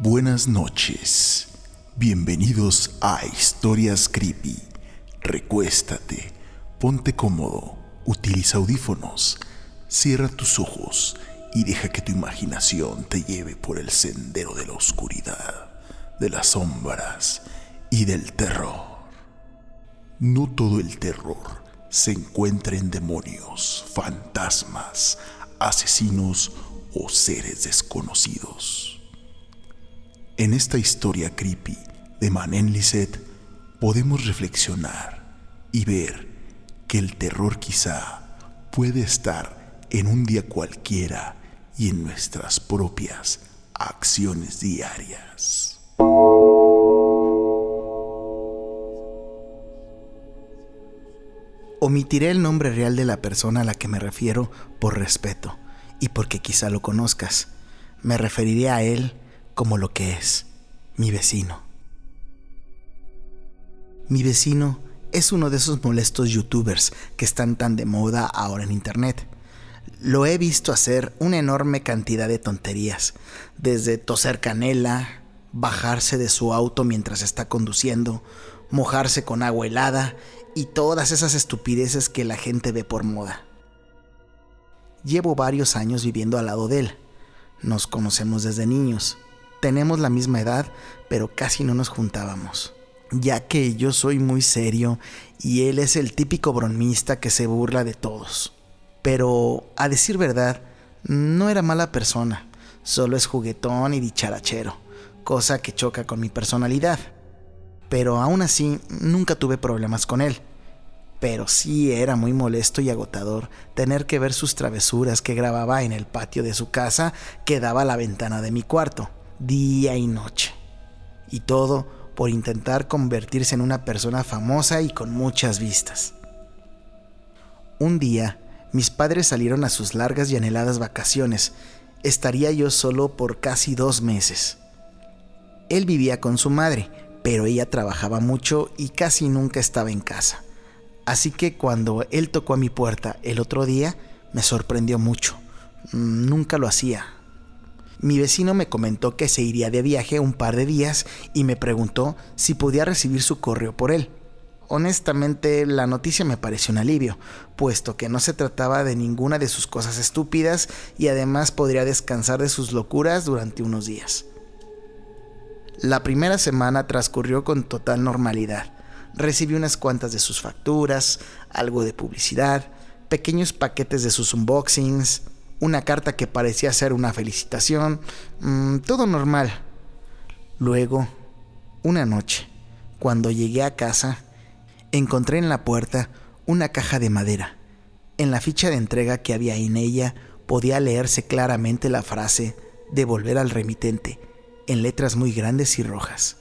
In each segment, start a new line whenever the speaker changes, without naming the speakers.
Buenas noches, bienvenidos a Historias Creepy. Recuéstate, ponte cómodo, utiliza audífonos, cierra tus ojos y deja que tu imaginación te lleve por el sendero de la oscuridad, de las sombras y del terror. No todo el terror se encuentra en demonios, fantasmas, asesinos o seres desconocidos. En esta historia creepy de Manén Lisset podemos reflexionar y ver que el terror quizá puede estar en un día cualquiera y en nuestras propias acciones diarias.
Omitiré el nombre real de la persona a la que me refiero por respeto y porque quizá lo conozcas. Me referiré a él como lo que es, mi vecino. Mi vecino es uno de esos molestos youtubers que están tan de moda ahora en internet. Lo he visto hacer una enorme cantidad de tonterías, desde toser canela, bajarse de su auto mientras está conduciendo, mojarse con agua helada y todas esas estupideces que la gente ve por moda. Llevo varios años viviendo al lado de él. Nos conocemos desde niños. Tenemos la misma edad, pero casi no nos juntábamos, ya que yo soy muy serio y él es el típico bromista que se burla de todos. Pero, a decir verdad, no era mala persona, solo es juguetón y dicharachero, cosa que choca con mi personalidad. Pero aún así, nunca tuve problemas con él. Pero sí era muy molesto y agotador tener que ver sus travesuras que grababa en el patio de su casa que daba a la ventana de mi cuarto, día y noche. Y todo por intentar convertirse en una persona famosa y con muchas vistas. Un día, mis padres salieron a sus largas y anheladas vacaciones. Estaría yo solo por casi 2 meses. Él vivía con su madre, pero ella trabajaba mucho y casi nunca estaba en casa. Así que cuando él tocó a mi puerta el otro día, me sorprendió mucho. Nunca lo hacía. Mi vecino me comentó que se iría de viaje un par de días y me preguntó si podía recibir su correo por él. Honestamente, la noticia me pareció un alivio, puesto que no se trataba de ninguna de sus cosas estúpidas y además podría descansar de sus locuras durante unos días. La primera semana transcurrió con total normalidad. Recibí unas cuantas de sus facturas, algo de publicidad, pequeños paquetes de sus unboxings, una carta que parecía ser una felicitación, todo normal. Luego, una noche, cuando llegué a casa, encontré en la puerta una caja de madera. En la ficha de entrega que había en ella podía leerse claramente la frase "devolver al remitente", en letras muy grandes y rojas.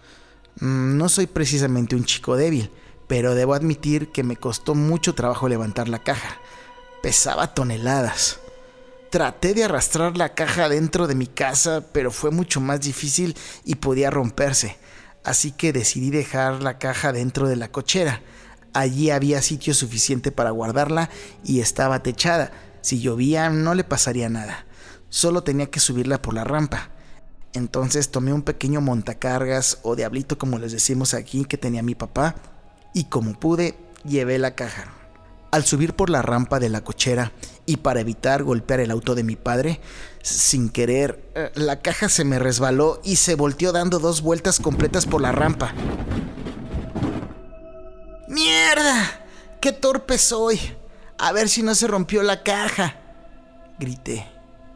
No soy precisamente un chico débil, pero debo admitir que me costó mucho trabajo levantar la caja. Pesaba toneladas. Traté de arrastrar la caja dentro de mi casa, pero fue mucho más difícil y podía romperse. Así que decidí dejar la caja dentro de la cochera. Allí había sitio suficiente para guardarla y estaba techada. Si llovía no le pasaría nada. Solo tenía que subirla por la rampa. Entonces tomé un pequeño montacargas o diablito, como les decimos aquí, que tenía mi papá, y como pude, llevé la caja. Al subir por la rampa de la cochera y para evitar golpear el auto de mi padre, sin querer, la caja se me resbaló y se volteó dando 2 vueltas completas por la rampa. ¡Mierda! ¡Qué torpe soy! A ver si no se rompió la caja, grité.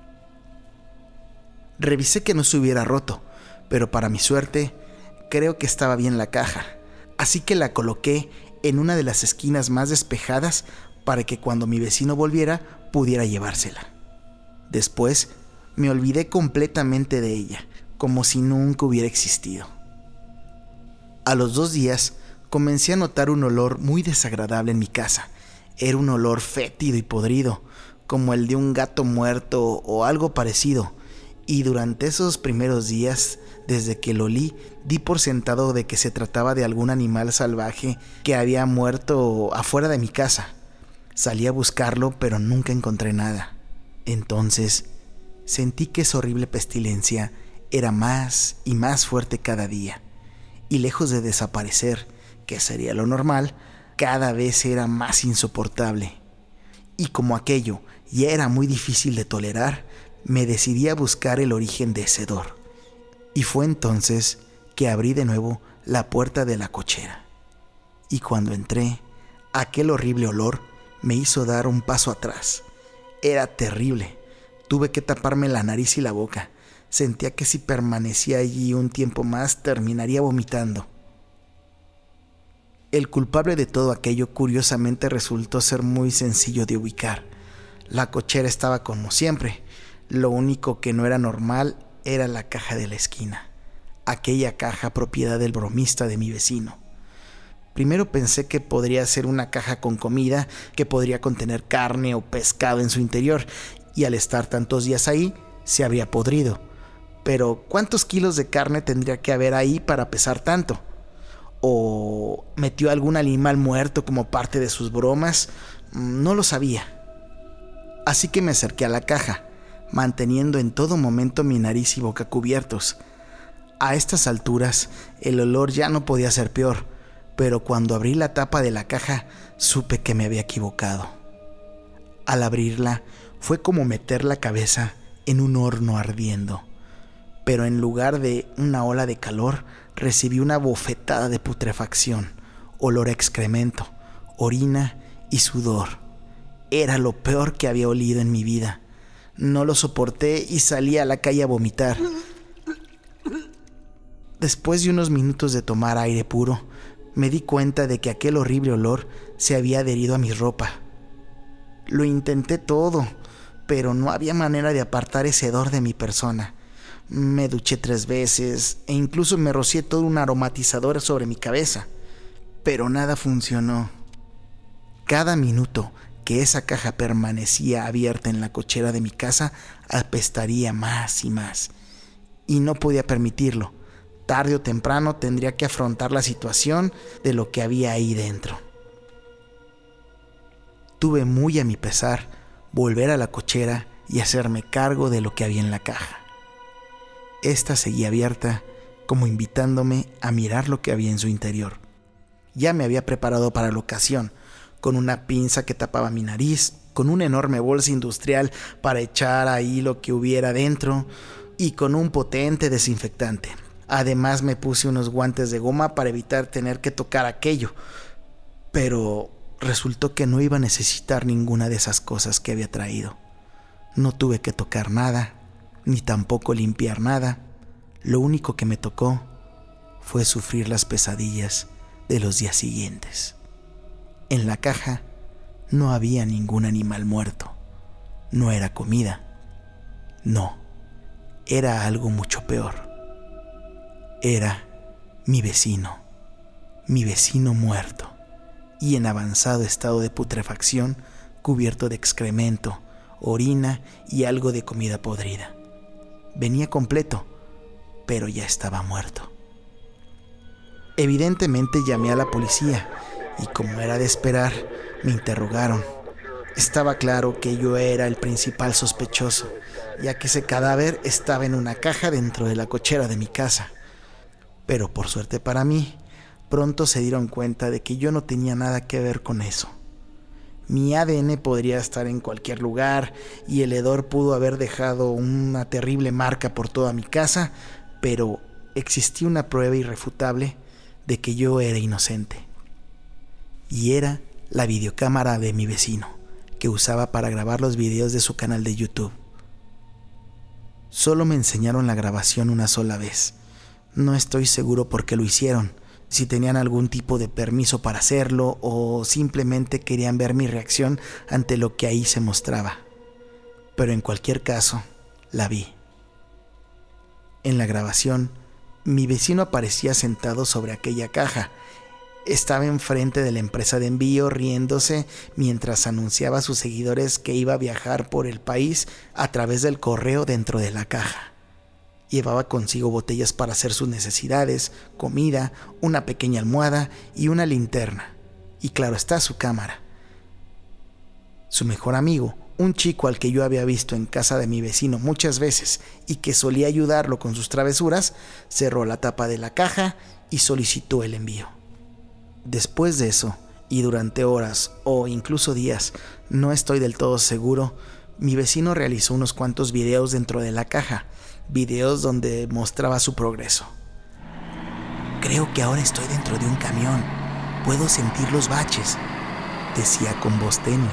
Revisé que no se hubiera roto, pero para mi suerte, creo que estaba bien la caja. Así que la coloqué en una de las esquinas más despejadas para que cuando mi vecino volviera pudiera llevársela. Después me olvidé completamente de ella, como si nunca hubiera existido. A los 2 días comencé a notar un olor muy desagradable en mi casa. Era un olor fétido y podrido, como el de un gato muerto o algo parecido. Y durante esos primeros días, desde que lo olí, di por sentado de que se trataba de algún animal salvaje que había muerto afuera de mi casa. Salí a buscarlo, pero nunca encontré nada. Entonces, sentí que esa horrible pestilencia era más y más fuerte cada día, y lejos de desaparecer, que sería lo normal, cada vez era más insoportable. Y como aquello ya era muy difícil de tolerar, me decidí a buscar el origen de ese hedor. Y fue entonces que abrí de nuevo la puerta de la cochera. Y cuando entré, aquel horrible olor me hizo dar un paso atrás. Era terrible. Tuve que taparme la nariz y la boca. Sentía que si permanecía allí un tiempo más terminaría vomitando. El culpable de todo aquello curiosamente resultó ser muy sencillo de ubicar. La cochera estaba como siempre. Lo único que no era normal era la caja de la esquina. Aquella caja propiedad del bromista de mi vecino. Primero pensé que podría ser una caja con comida que podría contener carne o pescado en su interior, y al estar tantos días ahí, se habría podrido. Pero ¿cuántos kilos de carne tendría que haber ahí para pesar tanto? ¿O metió algún animal muerto como parte de sus bromas? No lo sabía. Así que me acerqué a la caja, manteniendo en todo momento mi nariz y boca cubiertos. A estas alturas, el olor ya no podía ser peor, pero cuando abrí la tapa de la caja, supe que me había equivocado. Al abrirla, fue como meter la cabeza en un horno ardiendo, pero en lugar de una ola de calor, recibí una bofetada de putrefacción, olor a excremento, orina y sudor. Era lo peor que había olido en mi vida. No lo soporté y salí a la calle a vomitar. Después de unos minutos de tomar aire puro, me di cuenta de que aquel horrible olor se había adherido a mi ropa. Lo intenté todo, pero no había manera de apartar ese hedor de mi persona. Me duché 3 veces e incluso me rocié todo un aromatizador sobre mi cabeza, pero nada funcionó. Cada minuto que esa caja permanecía abierta en la cochera de mi casa, apestaría más y más, y no podía permitirlo. Tarde o temprano tendría que afrontar la situación de lo que había ahí dentro. Tuve muy a mi pesar volver a la cochera y hacerme cargo de lo que había en la caja. Esta seguía abierta, como invitándome a mirar lo que había en su interior. Ya me había preparado para la ocasión, con una pinza que tapaba mi nariz, con una enorme bolsa industrial para echar ahí lo que hubiera dentro y con un potente desinfectante. Además me puse unos guantes de goma para evitar tener que tocar aquello, pero resultó que no iba a necesitar ninguna de esas cosas que había traído. No tuve que tocar nada, ni tampoco limpiar nada. Lo único que me tocó fue sufrir las pesadillas de los días siguientes. En la caja no había ningún animal muerto. No era comida. No, era algo mucho peor. Era mi vecino muerto y en avanzado estado de putrefacción, cubierto de excremento, orina y algo de comida podrida. Venía completo, pero ya estaba muerto. Evidentemente llamé a la policía y, como era de esperar, me interrogaron. Estaba claro que yo era el principal sospechoso, ya que ese cadáver estaba en una caja dentro de la cochera de mi casa. Pero por suerte para mí, pronto se dieron cuenta de que yo no tenía nada que ver con eso. Mi ADN podría estar en cualquier lugar y el hedor pudo haber dejado una terrible marca por toda mi casa, pero existía una prueba irrefutable de que yo era inocente. Y era la videocámara de mi vecino, que usaba para grabar los videos de su canal de YouTube. Solo me enseñaron la grabación una sola vez. No estoy seguro por qué lo hicieron, si tenían algún tipo de permiso para hacerlo o simplemente querían ver mi reacción ante lo que ahí se mostraba. Pero en cualquier caso, la vi. En la grabación, mi vecino aparecía sentado sobre aquella caja. Estaba enfrente de la empresa de envío riéndose mientras anunciaba a sus seguidores que iba a viajar por el país a través del correo dentro de la caja. Llevaba consigo botellas para hacer sus necesidades, comida, una pequeña almohada y una linterna. Y claro está, su cámara. Su mejor amigo, Un chico al que yo había visto en casa de mi vecino muchas veces y que solía ayudarlo con sus travesuras, cerró la tapa de la caja y solicitó el envío. Después de eso, y durante horas o incluso días, no estoy del todo seguro, mi vecino realizó unos cuantos videos dentro de la caja, videos donde mostraba su progreso. Creo que ahora estoy dentro de un camión. Puedo sentir los baches, decía con voz tenue.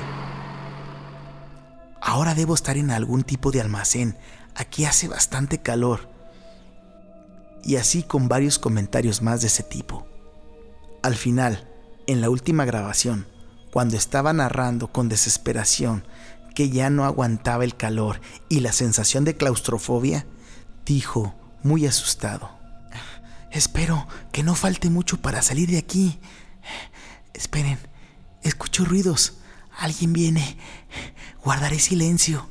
Ahora debo estar en algún tipo de almacén. Aquí hace bastante calor. Y así con varios comentarios más de ese tipo. Al final, en la última grabación, cuando estaba narrando con desesperación que ya no aguantaba el calor y la sensación de claustrofobia, dijo, muy asustado: espero que no falte mucho para salir de aquí. Esperen, escucho ruidos. Alguien viene. Guardaré silencio.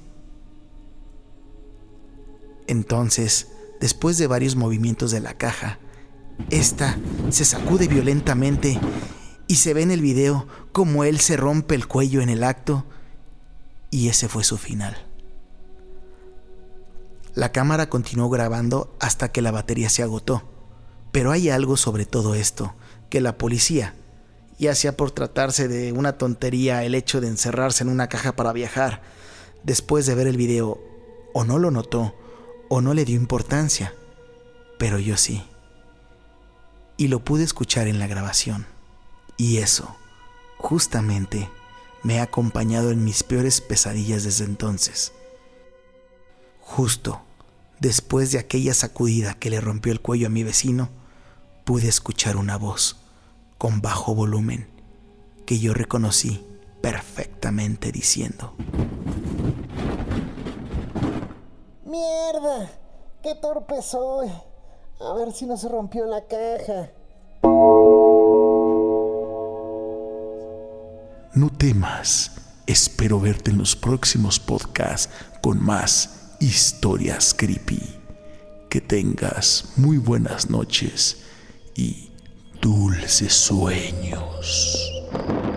Entonces, después de varios movimientos de la caja, esta se sacude violentamente y se ve en el video como él se rompe el cuello en el acto, y ese fue su final. La cámara continuó grabando hasta que la batería se agotó, pero hay algo sobre todo esto, que la policía, ya sea por tratarse de una tontería el hecho de encerrarse en una caja para viajar, después de ver el video, o no lo notó, o no le dio importancia, pero yo sí. Y lo pude escuchar en la grabación. Y eso, justamente, me ha acompañado en mis peores pesadillas desde entonces. Justo después de aquella sacudida que le rompió el cuello a mi vecino, pude escuchar una voz con bajo volumen que yo reconocí perfectamente diciendo:
¡Mierda! ¡Qué torpe soy! A ver si no se rompió la caja.
No temas, espero verte en los próximos podcasts con más historias creepy. Que tengas muy buenas noches y dulces sueños.